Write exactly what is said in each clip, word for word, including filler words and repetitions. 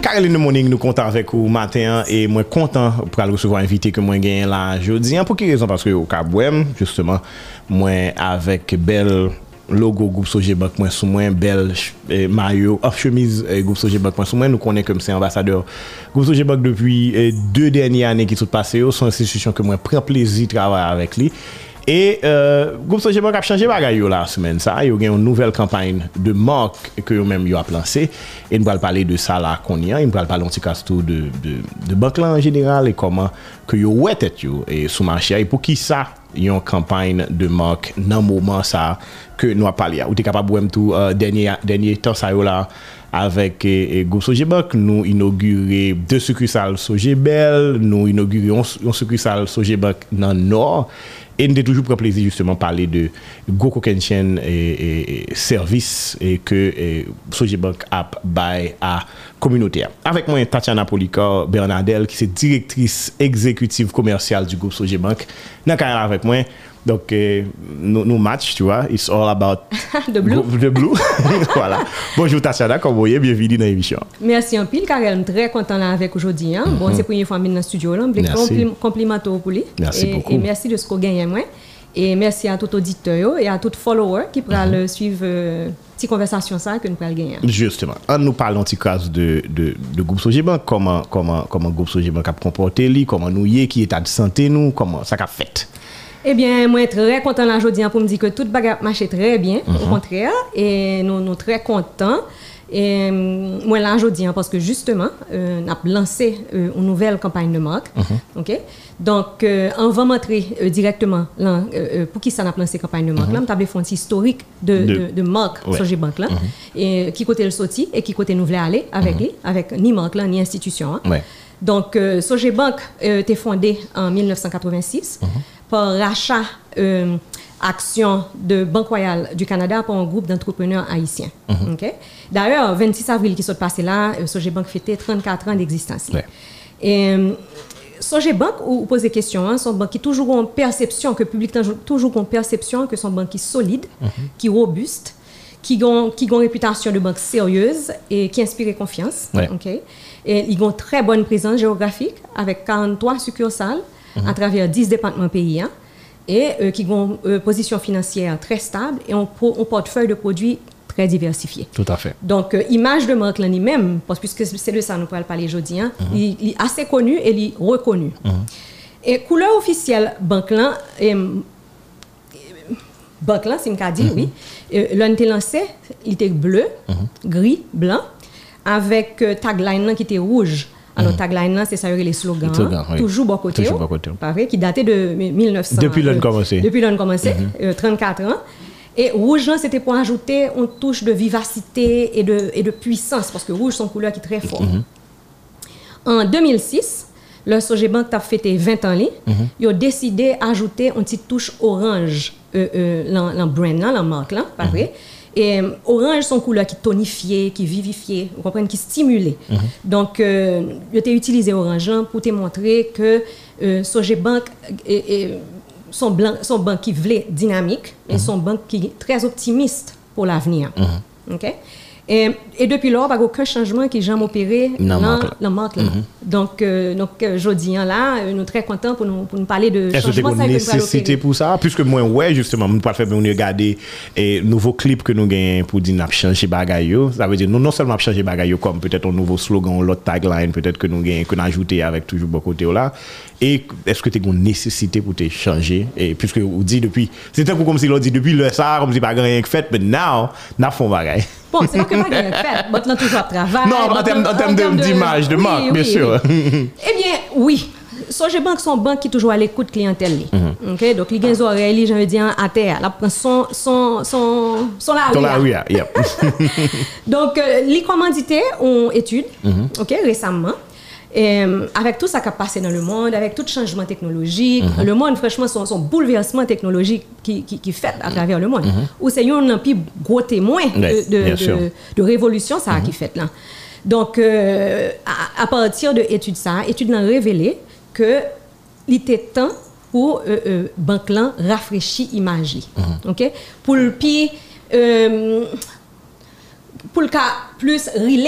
Caroline Morning, nous comptons avec vous matin et moi content pour recevoir invité que moi gagne là jeudi. Pour quelle raison? Parce que au Cabouem, justement, moi avec belle logo groupe Sogebank moi sous moi belle eh, maillot off chemise eh, groupe Sogebank moi sous moi nous connaît comme c'est ambassadeur groupe Sogebank depuis eh, deux dernières années qui sont passées sont institutions que moi prend plaisir travailler avec lui. Et euh, groupe Sogebank a changé bagaille la semaine ça, il y a une nouvelle campagne de marque que eux même yo a lancé et nous va parler de ça là qu'on y a, il va parler un petit cas tout de de de banque là en général et comment que yo ouais tête yo et sous marché et pour qui ça une campagne de marque dans moment ça que nous a parlé ou tu capable voir tout euh, dernier dernier temps ça là avec eh, groupe Sogebank nous inaugurer deux succursales Sogebel, nous inaugurons une succursale Sogebank dans le nord. Et nous avons toujours pris plaisir justement parler de Goko Kenshin et, et, et service et que Sogebank a bail à communauté. Avec moi Tatiana Polika Bernardel qui est directrice exécutive commerciale du groupe Sogebank. Dans carrière avec moi. Donc euh, nous nous match, tu vois, it's all about the blue. The blue. Voilà. Bonjour Tatiana, comment vous êtes? Bienvenue dans l'émission. Merci en pile Karel, très content là avec aujourd'hui hein. Mm-hmm. Bon, c'est la première fois dans le studio là, je compliment pour lui. Merci et, beaucoup. Et merci de ce qu'on gagne moi. Et merci à tout auditeur et à tout follower qui pourra mm-hmm. suivre euh, petite conversation ça que nous pourrons gagner. Justement, en nous parlant un petit cas de de de groupe Sogebank, comment comment comment groupe Sogebank a comporté lui, comment nous y est, qui état de santé nous, comment ça a fait. Eh bien, moi, très content là aujourd'hui pour me dire que toute bagarre marche très bien, mm-hmm. au contraire, et nous sommes très contents. Et moi, là aujourd'hui, parce que justement, euh, on a lancé euh, une nouvelle campagne de marque. Mm-hmm. Okay? Donc, euh, on va montrer euh, directement là, euh, pour qui ça a lancé campagne de marque. Mm-hmm. Là, on a fait un historique de, de, de, de marque ouais. Sogebank là, mm-hmm. et qui côté le sorti et qui côté nous voulons aller avec mm-hmm. lui, avec ni marque là, ni institution. Hein. Ouais. Donc, euh, Sogebank euh, était fondé en dix-neuf cent quatre-vingt-six. Mm-hmm. Par rachat euh, action de Banque Royale du Canada par un groupe d'entrepreneurs haïtiens. Mm-hmm. Okay? D'ailleurs, vingt-six avril qui s'est passé là, euh, Sogebank fêtait trente-quatre ans d'existence. Ouais. Et euh, Sogebank, ou pose des questions, hein, son banque qui toujours en perception, que le public toujours en perception que son banque qui solide, mm-hmm. qui robuste, qui ont qui ont réputation de banque sérieuse et qui inspire confiance. Ouais. Okay? Et ils ont une très bonne présence géographique avec quarante-trois succursales. Mm-hmm. à travers dix départements pays hein, et euh, qui ont une euh, position financière très stable et un, un portefeuille de produits très diversifié. Tout à fait. Donc, euh, image de marque là même, parce que c'est de ça que nous pourrons parler aujourd'hui, hein, mm-hmm. il, il est assez connu et il est reconnu. Mm-hmm. Et couleur officielle banque là, et, banque là, c'est me dit, mm-hmm. oui, euh, l'on était lancé, il était bleu, mm-hmm. gris, blanc, avec euh, tagline là, qui était rouge. Alors, mm-hmm. tagline là, c'est ça, les slogans. Slogan, oui. Toujours bon côté. Toujours bon côté. Pas vrai, qui datait de mille neuf cents. Depuis l'on commencé. Depuis l'on commencé, mm-hmm. euh, trente-quatre ans. Et rouge, c'était pour ajouter une touche de vivacité et de, et de puissance, parce que rouge, c'est une couleur qui est très forte. Mm-hmm. En deux mille six, le Sogebank a fêté vingt ans, mm-hmm. il a décidé d'ajouter une petite touche orange euh, euh, dans le brand, dans la marque, là, pas vrai? Mm-hmm. Et euh, orange, son couleur qui tonifiée, qui vivifiée, vous comprenez, qui stimulée. Mm-hmm. Donc, euh, je t'ai utilisé orange pour te montrer que euh, Sogebank est, est son, blanc, son banque qui voulait dynamique mm-hmm. et son banque qui est très optimiste pour l'avenir. Mm-hmm. Okay? Et, et depuis lors, il n'y a aucun changement qui est jamais opéré dans la marque. Mm-hmm. Donc, euh, donc jeudi, là, nous sommes très contents pour nous, pour nous parler de Est-ce changement. Est-ce que c'est une nécessité pour ça? Puisque moi, ouais, justement, nous ne pouvons pas faire regarder les nouveaux clips que nous gagnons pour dire nous changer bagaille. Ça veut dire nous non seulement changer bagaille comme peut-être un nouveau slogan, l'autre tagline, peut-être que nous gagnons, que nous ajouter avec toujours beaucoup de côté là. Et est-ce que tu as une nécessité pour te changer? Et puisque vous dites depuis, c'est un peu comme si l'on dit depuis le ça, comme si pas rien que fait, mais now, nous faisons bagaille. Bon, c'est pas que pas rien que fait, mais nous toujours travail. Non, en termes, en termes d'image, de, de marque, oui, bien oui, sûr. Oui. Eh bien, oui. Sogebank, son banque qui est toujours à l'écoute clientèle. Mm-hmm. Okay? Donc, il y a des oreilles, je veux dire, à terre. Là, son, son, son, son la Son la yeah. yeah. Donc, euh, les commandités ont étude, mm-hmm. okay, récemment. Et, avec tout ça qui a passé dans le monde, avec tout changement technologique, mm-hmm. le monde, franchement, son, son bouleversement technologique qui, qui, qui fait à travers le monde, mm-hmm. où c'est un plus gros témoin de, de, de, de révolution ça mm-hmm. qui fait là. Donc, euh, à, à partir de études ça, études ont révélé que il était temps pour euh, euh, banque là rafraîchir image, mm-hmm. ok, pour le puis euh, pour le cas plus relate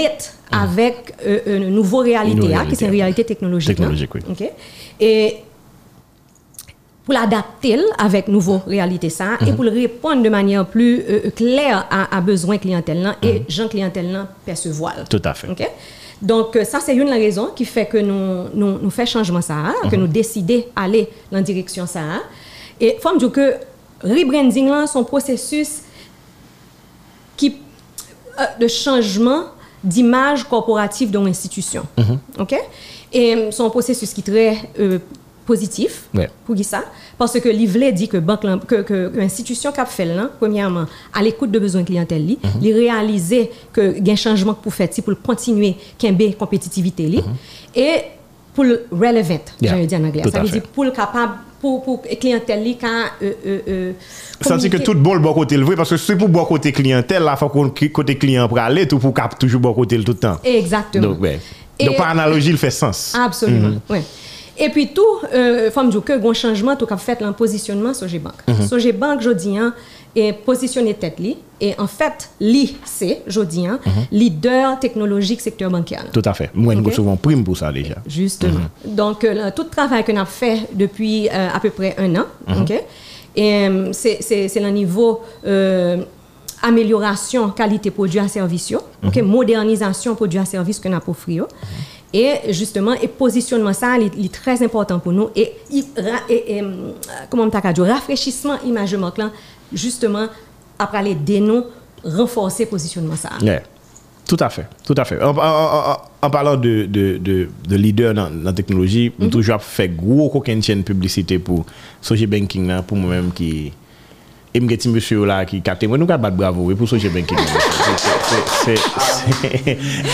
avec euh, une nouvelle réalité, Une hein, qui c'est une réalité technologique. Technologique, oui. Okay? Et pour l'adapter avec nouvelle réalité ça mm-hmm. et pour le répondre de manière plus euh, claire à, à besoin clientèle là, et mm-hmm. gens clientèle là percevoir. Tout à fait. Okay? Donc ça c'est une des raisons qui fait que nous nous nous fait changement ça, mm-hmm. que nous décider aller dans la direction ça. Et faut me dire que rebranding là son processus qui euh, de changement d'image corporative dans l'institution. Mm-hmm. OK? Et son processus qui est très euh, positif ouais. pour qui ça parce que l'Ivlet dit que banque que que, que l'institution qui a fait là premièrement à l'écoute de besoins clientèle li mm-hmm. li réaliser que il y a un changement pour faire si pour continuer kembe compétitivité li mm-hmm. et pour le relevant yeah. j'allais dire en anglais ça veut dire pour le capable pour pour clientèle li quand euh, euh, euh, ça veut dire que tout bon le bon côté le vrai parce que c'est pour bon côté clientèle là faut qu'on côté client pour aller tout pour cap toujours bon côté tout le temps exactement donc ouais. donc par analogie il fait sens absolument mm-hmm. ouais. Et puis tout, euh, femme dit que un changement tout qu'a fait dans positionnement Sogebank. Mm-hmm. Sogebank jodi an est positionné tête li et en fait li c'est jodi an mm-hmm. leader technologique secteur bancaire. Tout à fait. Moi okay. souvent prime pour ça déjà. Justement. Mm-hmm. Donc euh, tout le travail que nous avons fait depuis euh, à peu près un an, mm-hmm. OK? Et euh, c'est c'est c'est le niveau euh, amélioration qualité produit à service, mm-hmm. OK, modernisation produit à service que nous avons offert. Mm-hmm. Et justement, et positionnement ça, il est très important pour nous. Et, et, et, et comment on t'a dit, rafraîchissement image marque là, justement, après les dénoms, renforcer positionnement ça. Yeah. Tout à fait, tout à fait. En, en, en, en parlant de, de, de, de leader dans la technologie, mm-hmm. toujours fait gros aucune chaîne publicité pour Sogebanking là, pour moi-même qui et me petit monsieur là qui capte moi nous pas battre bravo pour Sogebanking. c'est c'est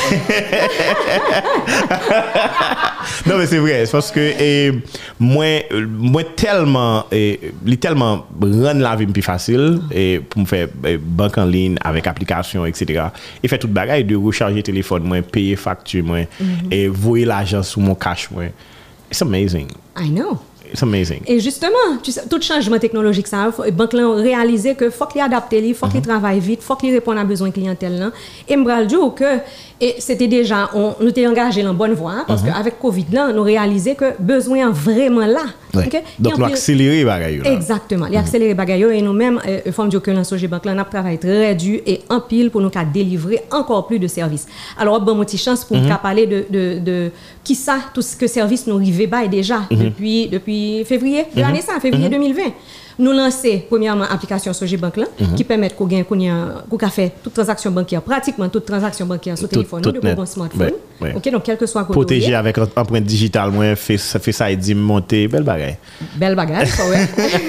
non mais c'est vrai, c'est parce que et moi moi tellement et tellement rendre la vie plus facile et pour me faire banque en ligne avec application etc. et faire toute bagaille de recharger téléphone moi payer facture moi mm-hmm. et voyer l'argent sur mon cash moi. It's amazing. I know. It's amazing. Et justement, tu sais, tout changement technologique, ça, les banques ont réalisé que faut qu'ils adaptent, il faut qu'ils travaillent vite, faut qu'ils répondent à besoins clientèle là. Et m'bral dire que et c'était déjà on nous était engagé dans bonne voie parce mm-hmm. qu'avec Covid là, nous réalisé que besoin vraiment là. Ouais. Okay? Donc nous accélérer bagaille là. Exactement, les mm-hmm. accélérer bagaille et nous-mêmes euh, femme dire que dans Sogebank là, on a travaillé très dur et en pile pour nous qu'à délivrer encore plus de services. Alors bon petit chance pour mm-hmm. parler de de de qui ça tout ce que service nous arrivé bail déjà mm-hmm. depuis depuis février de l'année ça février mm-hmm. deux mille vingt. Nous lancer premièrement application Sogebank là mm-hmm. qui permet qu'on gagne qu'on qu'on fait toute transaction bancaire pratiquement toute transaction bancaire sur téléphone ou de bon smartphone. Ouais, ouais. OK donc quel que soit protéger avec empreinte digitale moins fait ça fait ça et dit monter belle bagaille. Belle bagaille ça ouais.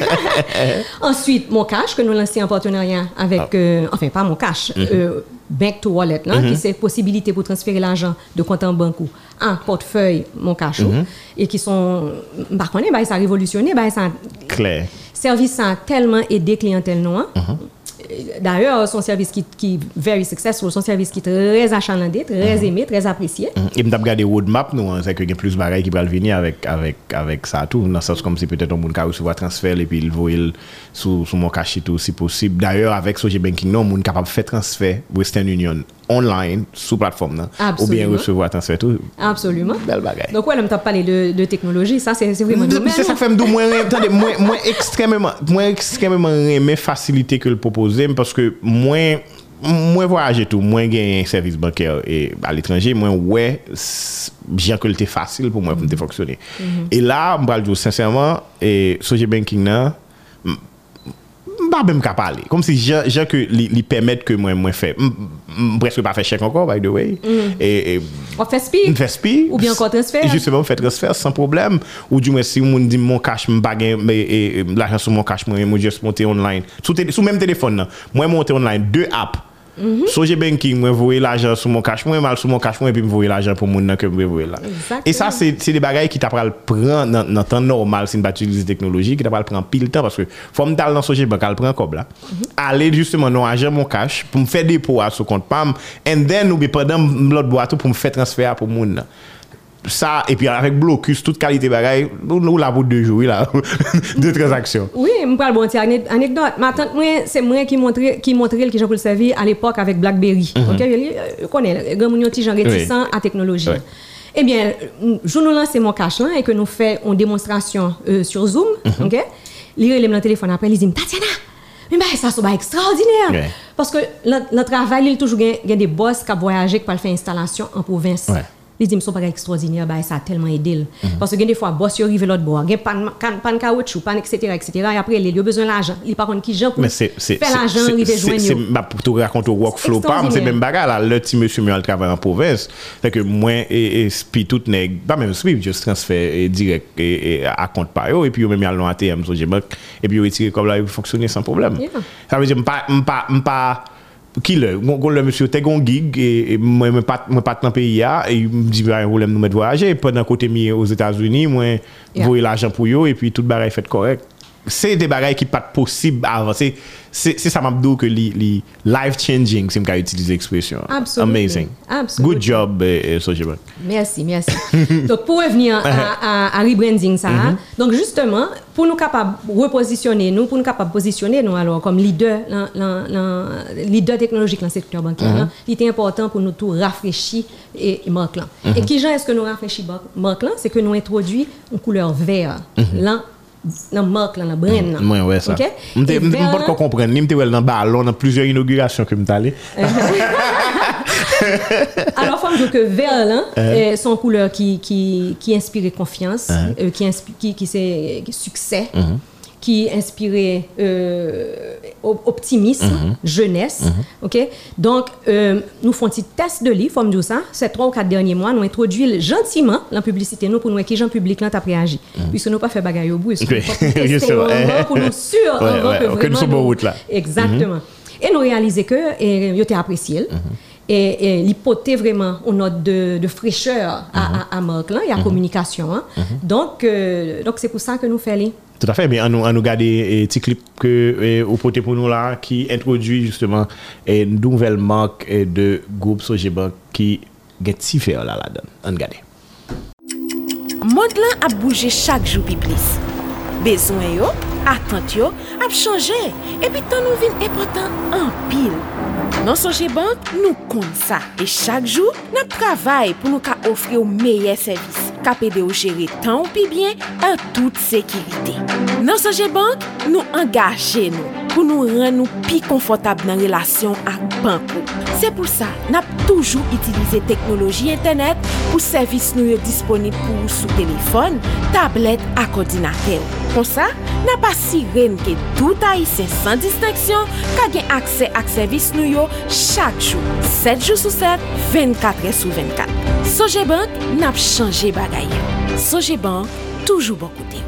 Ensuite mon cash que nous lancer en partenariat avec ah. euh, enfin pas mon cash mm-hmm. euh, Bank to Wallet là mm-hmm. qui c'est possibilité pour transférer l'argent de compte en banque ou en portefeuille mon cash mm-hmm. et qui sont par contre bah ça a révolutionné bah ça clair. Service a tellement aidé clientèle nous. Hein? Mm-hmm. D'ailleurs, son service qui qui very successful, son service qui très achalandé, très mm-hmm. aimé, très apprécié. Mm-hmm. Et m't'a regardé roadmap nous, c'est que il y a plus bagaille qui va venir avec avec avec ça tout, dans le sens comme si peut-être on monde ka recevoir transfert et puis il voit sous sous mon cash tout si possible. D'ailleurs, avec Sogebanking non, monde capable faire transfert Western Union online sous plateforme là ou bien recevoir transfert tout. Absolument. Belle bagaille. Donc ouais, on t'a parlé de de technologie, ça c'est c'est vraiment domaine. C'est ça que fait me moins attendez moins moins extrêmement moins extrêmement mais facilité que le proposer parce que moins moins voyager tout moins gain service bancaire et à l'étranger moins ouais bien que c'était facile pour moi pour me fonctionner. Mm-hmm. Et là me dire sincèrement et Sogebanking là pas même qu'à parler comme si j'ai que lui permettre que moi moi faire presque pas faire chèque encore by the way mm. et, et on fait spi on fait spi ou bien encore transfert justement on fait transfert sans problème ou du moins si on dit mon cash me baguette mais l'argent sur mon cash moi moi juste monter online sous sous même téléphone moi monter online deux apps Mm-hmm. Sogebanking moi voyer l'argent sur mon cash moi mal sur mon cash moi et puis me voyer l'argent pour mon que me voyer là. Exactement. Et ça c'est c'est des bagages qui t'apprend prendre dans dans temps normal c'est une utiliser technologie qui t'apprend prendre pile temps parce que faut me d'aller dans Sogebank elle prend comme là. Mm-hmm. Aller justement non argent mon cash pour me faire dépôt à ce compte pam and then ou pendant l'autre boîte pour me faire transfert pour mon ça, et puis avec blocus, toute qualité bagaille, nous, nous là pour deux jours, là, deux transactions. Oui, je vais bon petit anecdote. Ma tante, moi, c'est moi qui montrais qui montrait qui j'en le servir à l'époque avec BlackBerry. Mm-hmm. OK, je connais, grand moun petit gens réticents oui. à technologie. Oui. Eh bien, je nous lance mon cache là et que nous faisons une démonstration euh, sur Zoom, mm-hmm. OK? Il relève le téléphone après, il dit Tatiana, mais ben ça c'est extraordinaire ouais. parce que le, le travail il toujours gagne des boss qui voyagé qui pour faire installation en province. Ouais. Les dîmes sont pas extraordinaires, bah ça a tellement aidé. Mm-hmm. Parce que des fois boss arrive l'autre bord, gagne pan pan caoutchouc, pan et cetera et cetera et après il a besoin d'argent, il par contre qui gens pour faire l'argent arriver joindre. C'est c'est pour te raconter workflow pas, c'est même bagarre là, le petit monsieur me travaille en province, fait que moi et et spi tout nèg, pas même spi juste transfert direct et à compte par eux et puis même il y a A T M sur G-Bank et puis retirer comme là il fonctionner sans problème. Yeah. Ça veut dire pas pas pas qui le le monsieur t'es gon gig et moi moi pas moi pas dans pays là et me dit un problème nous mettre voyager pendant côté mi aux États-Unis moi yeah. voyer l'argent pour yo et puis tout bagaille fait correct c'est des bagailles qui pas possible à avancer c'est c'est ça m'a dit que li, li life changing si me ka utiliser l'expression amazing Absolutely. Good job eh, Sojibank. Merci merci donc pour revenir à, à, à rebranding ça mm-hmm. donc justement pour nous capable repositionner nous pour nous capable positionner nous alors comme leader la, la, la, leader technologique dans le secteur bancaire mm-hmm. il était important pour nous tout rafraîchir et marque là mm-hmm. et qui genre est-ce que nous rafraîchir marque là c'est que nous introduit une couleur vert mm-hmm. là dans marque là dans brand là. Ouais ouais ça. OK. On pas qu'on comprendre, ni m'était dans ballon dans plusieurs inaugurations que m'ta allé. Alors faut dire que vert là euh. son couleur qui qui qui inspire confiance, uh-huh. euh, qui inspire qui qui c'est succès. Uh-huh. qui inspirait euh, optimisme, mm-hmm. jeunesse, mm-hmm. ok. Donc euh, nous faisons un petit test de livre, comme dire ça. Ces trois ou quatre derniers mois, nous introduisons gentiment la publicité nous pour nous qui gens public là t'a réagi. Mm-hmm. Puisque nous pas fait bagaille au bout, pour nous sûr ouais, ouais, que nous sommes en route là. Exactement. Mm-hmm. Et nous réaliser que et yo t'ai apprécié. Mm-hmm. Et, et l'hypothèse vraiment une note de, de fraîcheur à, mm-hmm. à, à marque là, il y a mm-hmm. communication. Hein. Mm-hmm. Donc euh, donc c'est pour ça que nous faisons. Tout à fait, mais on nous, on nous garde un petit clip que au poté pour nous là qui introduit justement une nouvelle marque de groupe Sojibank qui get si faire là là-dedans. On regarde. Monde là a bougé chaque jour plus. Besoin yo, attente yo a changé et puis tant nous vinn important en pile. Dans Sojibank, nous compte ça et chaque jour, nous travaillons pour nous offrir un meilleur service, capable de gérer temps ou bien en toute sécurité. Dans Sojibank, nous engageons nous pour nous rendre nous plus confortables dans la relation avec banque. C'est pour ça que nous avons toujours utilisé la technologie Internet pour services nous disponibles pour sous téléphone, tablette et ordinateur. Comme ça, nous avons assuré que tout haïtien sans distinction a accès à services nous chaque jour, sept jours sur sept, vingt-quatre heures sur vingt-quatre. Sojibank n'a pas changé bagaille. Sojibank toujours bon côté.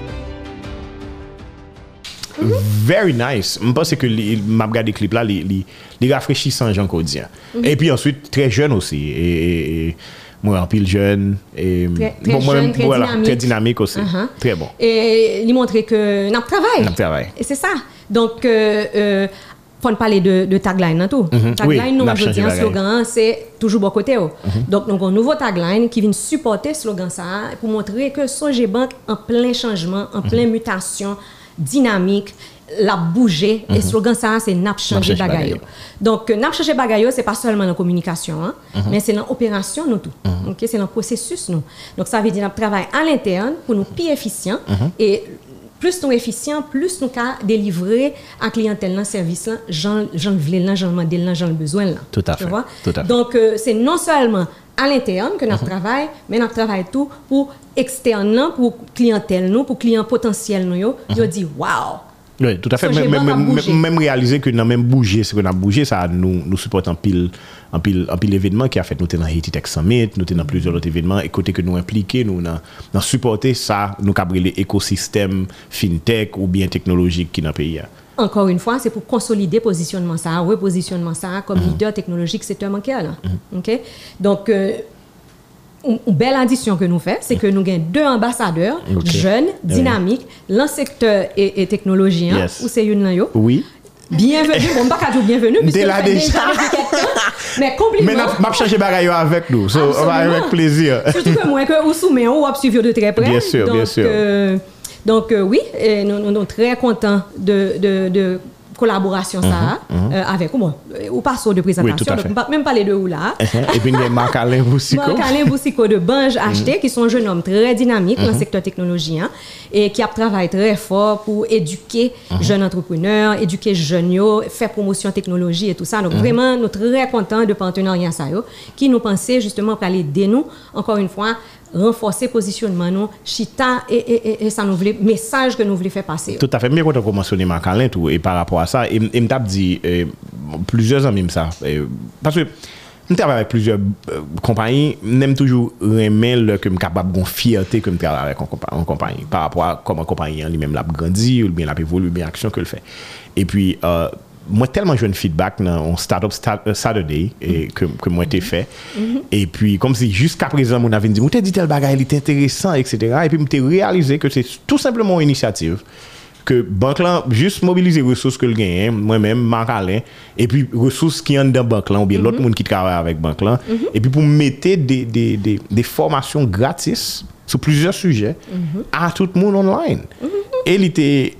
Very nice. Je pense que m'a regardé clip là, il il rafraîchissant Jean Codien. Mm-hmm. Et puis ensuite très jeune aussi et, et moi en pile jeune et très, très bon, jeune, moi, très, voilà, dynamique. très dynamique aussi. Uh-huh. Très bon. Et il montrait que n'a travail. N'a travail. Et c'est ça. Donc euh, euh, faut parler de, de tagline tout. Mm-hmm. Tagline oui, nous aujourd'hui un slogan c'est toujours bon côté. Mm-hmm. Donc nous avons un nouveau tagline qui vient supporter ce slogan ça pour montrer que Sojibank en plein changement, en plein mm-hmm. mutation, dynamique, la bouger mm-hmm. et slogan ça c'est n'a changer bagaille. Donc n'a changer bagaille c'est pas seulement dans communication hein, mm-hmm. mais c'est dans opération nous tout. Mm-hmm. OK, c'est dans processus nous. Donc ça veut dire qu'on travaille à l'interne pour nous plus efficient mm-hmm. et plus nous efficient, plus nous ca délivrer à clientèle dans service là, j'en j'en voulais là, j'en demandé là, j'en besoin là. Tout à fait. Tu vois? Tout à fait. Donc euh, c'est non seulement à l'interne que nous mm-hmm. travaillons, mais nous travaillons tout pour externe là, pour clientèle nous, pour clients potentiels nous yo, mm-hmm. yo dit waouh. Oui, tout à fait. Même, même, même, même réaliser que nous avons même bougé, c'est qu'on a bougé, ça nous, nous supporte en pile, en pile, en pile événements qui a fait. Nous sommes dans Haiti Tech Summit, nous sommes dans plusieurs autres événements, et côté que nous impliqués, nous avons supporté ça, nous avons l'écosystème fintech ou bien technologique qui est dans le pays. Encore une fois, c'est pour consolider positionnement ça, repositionnement ça comme mm-hmm. leader technologique secteur bancaire. Mm-hmm. OK? Donc, euh, une belle addition que nous faisons, c'est que nous avons deux ambassadeurs okay. jeunes, dynamiques, oui. dans le secteur et, et technologie, yes. où c'est une là. Oui. Bienvenue, bon, pas qu'à dire bienvenue, puisque là déjà. Mais compliment. Mais m'a changer bagaille avec nous. So, on va avec plaisir. Surtout que moi que ou soumet on va suivre de très près. Bien sûr, donc, bien sûr. Euh, donc euh, oui, et nous, nous sommes très contents de de, de collaboration ça mm-hmm, mm-hmm. Euh, avec bon ou pas de présentation oui, donc même parler de où là et puis il y a Marc Alain Boussico Marc Alain Boussico de Bange H T mm-hmm. qui sont un jeune homme très dynamique mm-hmm. dans le secteur technologie hein, et qui a travaillé très fort pour éduquer mm-hmm. jeunes entrepreneurs, éduquer jeunes yo, faire promotion technologie et tout ça donc mm-hmm. vraiment nous très contents de partenariat ça yo qui nous pensait justement pour aller aider nous encore une fois renforcer positionnement nous chita et, et, et, et ça nous voulait message que nous voulons faire passer. Tout à fait. Mais quand on commence à Marc Alain tout et par rapport à ça et me t'a dit euh, plusieurs amis ça euh, parce que je travaille avec plusieurs euh, compagnies, j'aime toujours remettre que je suis capable de fierté que je travaille avec une compagnie par rapport à comment la compagnie lui-même l'a grandi ou bien l'a évolué, bien l'action que le fait. Et puis euh, moi tellement j'ai un feedback dans Startup Saturday et que que moi été fait mm-hmm. et puis comme si jusqu'à présent mon avait dit moi t'ai dit tel bagage il est intéressant etc et puis m'ai réalisé que c'est tout simplement une initiative que banque là juste mobiliser ressources que le gagne moi-même Marc Alain et puis ressources qui en dans banque là ou bien mm-hmm. l'autre monde qui travaille avec banque là mm-hmm. et puis pour mettre des des des des formations gratis sur plusieurs sujets mm-hmm. à tout le monde online mm-hmm. et il était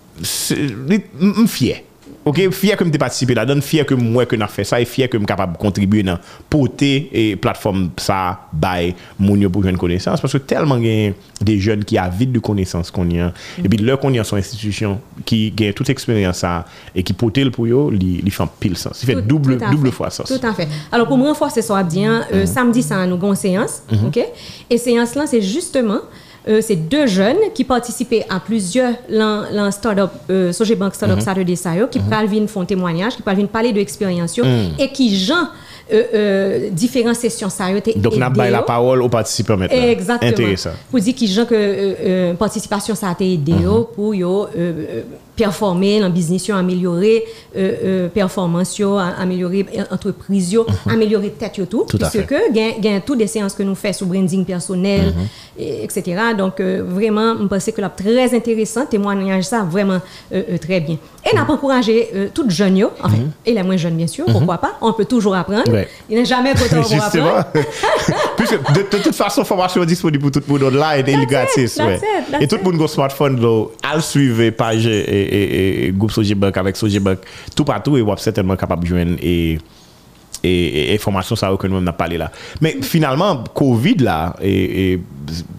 fier. OK, fier que me participer là-dedans, fier que moi que n'a fait ça et fier que me capable de contribuer dans porter et plateforme ça by moun yo pour une connaissance parce que tellement gain des jeunes qui avides de connaissances qu'on y a mm-hmm. et puis leur qu'on y a son institution qui gagne toute expérience ça et qui porter le pour yo li li fait pile sens. Il fait tout, double tout double fait. fois sens. Tout à fait. Alors pour me renforcer ça bien euh, mm-hmm. samedi ça nous gon séance, mm-hmm. OK? Et séance là c'est justement Euh, c'est deux jeunes qui participaient à plusieurs lan start-up euh, Sogebank Startup mm-hmm. Saturday Sayo qui mm-hmm. viennent font témoignage qui viennent parler de expérience mm. et qui gens euh, euh, différentes sessions ça donc on a baillé la parole aux participants maintenant. Exactement. Intéressant. Pour dire qui gens que euh, euh, participation ça a été aidé mm-hmm. pour yo euh, performer dans business yo améliorer euh, euh, performance yo améliorer entreprise yo mm-hmm. améliorer tête yo tout, tout parce que gain gain toutes des séances que nous fait sur branding personnel mm-hmm. et, etc. donc euh, vraiment je pense que là très intéressant témoignage ça vraiment euh, euh, très bien et n'a pas encouragé euh, toutes jeunes yo enfin mm-hmm. et les moins jeunes bien sûr mm-hmm. pourquoi pas on peut toujours apprendre ouais. il n'est jamais trop tard pour apprendre puisque de, de toute façon formation est disponible pour tout le monde online et gratis ouais. et tout le monde go smartphone là al suivre page et, et, et groupe Sogebank avec Sogebank tout partout et vous êtes certainement capable de joindre et et information ça que nous on a parlé là mais finalement Covid là et, et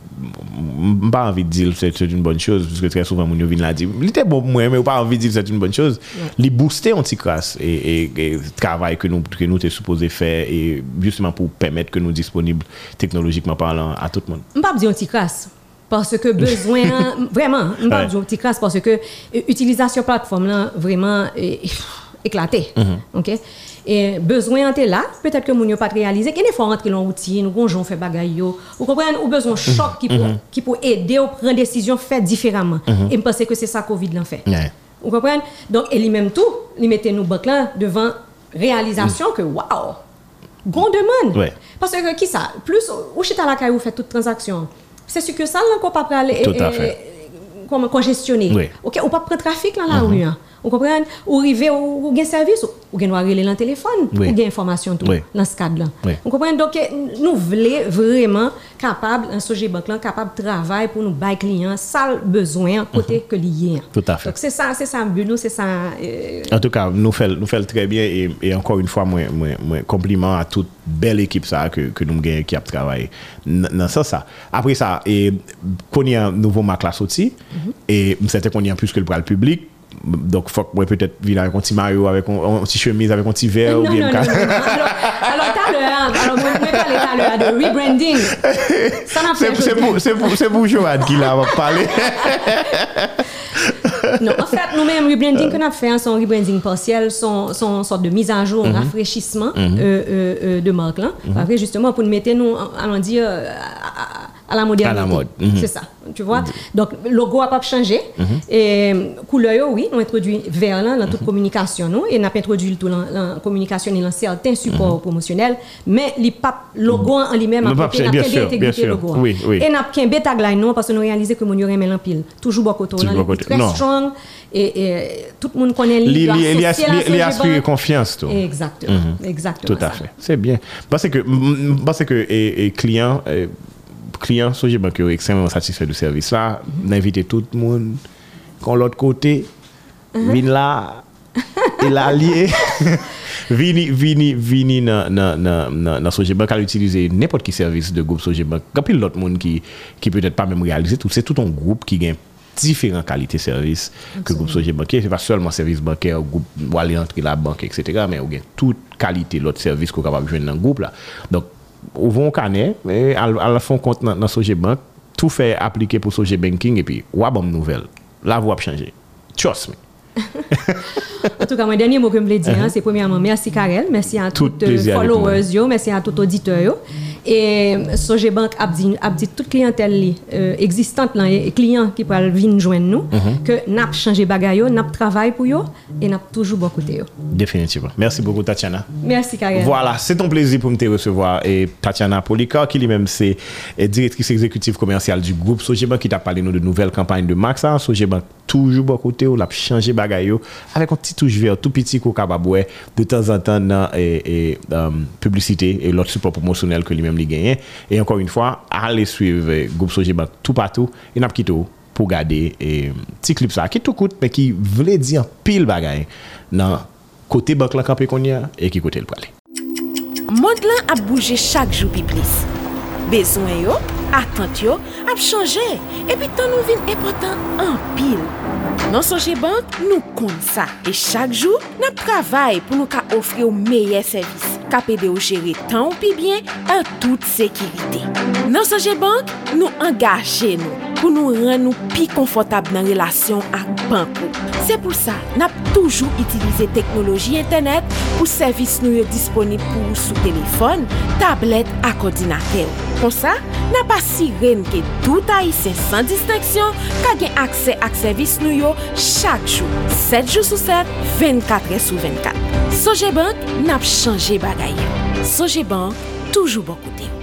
pas envie de dire c'est une bonne chose parce que très souvent mon vient là dire il était bon moi mais pas envie de dire c'est une bonne chose les booster un petit crasse et, et, et travail que nous que nous t'es supposé faire et justement pour permettre que nous disponibles technologiquement parlant à tout le monde pas dire un petit crasse parce que besoin vraiment pas dire un petit crasse parce que utilisation plateforme là vraiment éclaté mm-hmm. OK et besoin était là peut-être que moun yo pas réaliser qu'il faut rentrer dans routine ou gonjon fait bagaille yo vous comprenez ou besoin choc qui pour mm-hmm. qui pour aider à prendre décision faire différemment mm-hmm. et me penser que c'est ça Covid l'en fait yeah. vous comprenez donc et lui même tout lui mettez nous banque là devant réalisation mm. que waouh gon demande ouais. parce que qui ça plus ou chita la caille ou fait toute transaction c'est sûr que ça encore pas aller comment congestionner oui. OK ou pas prendre trafic là la rue vous comprenez ou arriver ou gain service ou gain aller dans le téléphone oui. ou gain information tout oui. dans ce cadre là oui. vous comprenez donc nous voulons vraiment capable un Sogebank là capable travail pour nous bail client ça besoin côté mm-hmm. que lié tout à fait donc c'est ça c'est ça but nous c'est ça euh... en tout cas nous fait nous fait très bien et, et encore une fois moi moi, moi compliment à toute belle équipe ça que que nous gagne qui a travaillé dans ça ça après ça et qu'on y a un nouveau marque là sorti mm-hmm. et c'était qu'on y a plus que le bras public donc faut que moi peut-être venir avec un petit maillot avec un petit chemise avec un petit verre non, ou bien non, non, non. alors tout à l'heure alors moi je parler tout à l'heure de rebranding ça n'a c'est c'est pour c'est pour c'est pour Joanne qui l'a parlé non en fait nous même rebranding qu'on a fait son rebranding partiel son son sorte de mise à jour mm-hmm. rafraîchissement mm-hmm. Euh, euh, de marque là mm-hmm. après justement pour nous mettre nous allons dire à la modernité. À la mode. Mm-hmm. C'est ça, tu vois. Mm-hmm. Donc, le logo n'a pas changé. Mm-hmm. Et couleur, oui, on introduit vert là, dans toute mm-hmm. communication, nous, et on a introduit tout la communication dans certains supports mm-hmm. promotionnels, mais le logo en lui-même a pas intégrité logo. Oui, oui. Et on a qu'un tagline, non, parce que nous réalisons que nous aimons l'empile. Toujours beaucoup de temps, très non. strong, et, et tout le monde connaît l'idée. Il y a aspiré confiance, tout. Exactement. Mm-hmm. Exactement. Tout à fait. C'est bien. Parce que, parce que, et, et client, et, client, Sogebank est extrêmement satisfait du service là, mm-hmm. inviter tout le monde, quand l'autre côté, mm-hmm. vient là, il a lié, vini, vini, vini dans na, na, na, na Sogebank à utiliser n'importe quel service de groupe Sogebank. Quand il y a l'autre monde qui, qui peut-être pas même réaliser tout, c'est tout un groupe qui gagne différentes qualités de services que le groupe Sogebank. Ce n'est pas seulement service bancaire, le groupe où aller entrer la banque, et cetera. Mais il y a toute qualité de l'autre service qu'on est capable de jouer dans le groupe là. Donc, on va en canet, mais à la fin compte dans Sogebank, tout fait appliquer pour Sogebanking et puis, ouais, bonne nouvelle. La voie a changé. Trust me. En tout cas, mon dernier mot que je voulais dire, uh-huh. c'est premièrement, merci Karel, merci à tous les followers, yo, merci à tout auditeur. Et Sogebank a dit, a dit toute clientèle euh, existante, là, et clients qui peuvent venir joindre nous, uh-huh. que n'a pas changé bagaille, n'a pas travaillé pour eux et n'a toujours beaucoup de eux. Définitivement. Merci beaucoup, Tatiana. Merci, Karel. Voilà, c'est un plaisir pour me te recevoir. Et Tatiana Polikar, qui lui-même c'est directrice exécutive commerciale du groupe Sogebank, qui t'a parlé nous de nouvelles campagnes de Max. Sogebank toujours beaucoup de eux, l'a changé bagaille avec un petit touche vert, tout petit qu'on capable de temps en temps dans et, et um, publicité et l'autre support promotionnel que lui-même lui gagne. Et encore une fois, allez suivre le groupe Sogebank tout partout et n'a quitté pour garder un petit clip ça qui tout coûte mais qui voulait dire pile bagaille dans côté banque là campé qu'on y a et qui côté le parler. Monde là a bougé chaque jour plus plus. Besoin yo, attente yo a changé et puis tant nous vinn important en pile. Dans Sogebank, nous comptons ça. Et chaque jour, nous travaillons pour nous offrir un meilleur service. Capable de gérer tant ou plus bien en toute sécurité. Dans Sogebank, nous engageons nous pour nous rendre plus confortables dans la relation avec la banque. C'est pour ça que nous avons toujours utilisé la technologie Internet pour services nous disponibles pour vous sous téléphone, tablette et ordinateur. Comme ça, nous avons assuré que tout haïtien sans distinction a accès à services nous chaque jour, sept jours sur sept, vingt-quatre heures sur vingt-quatre. Sogebank n'a pas changé bagaille. Sogebank, toujours bon côté.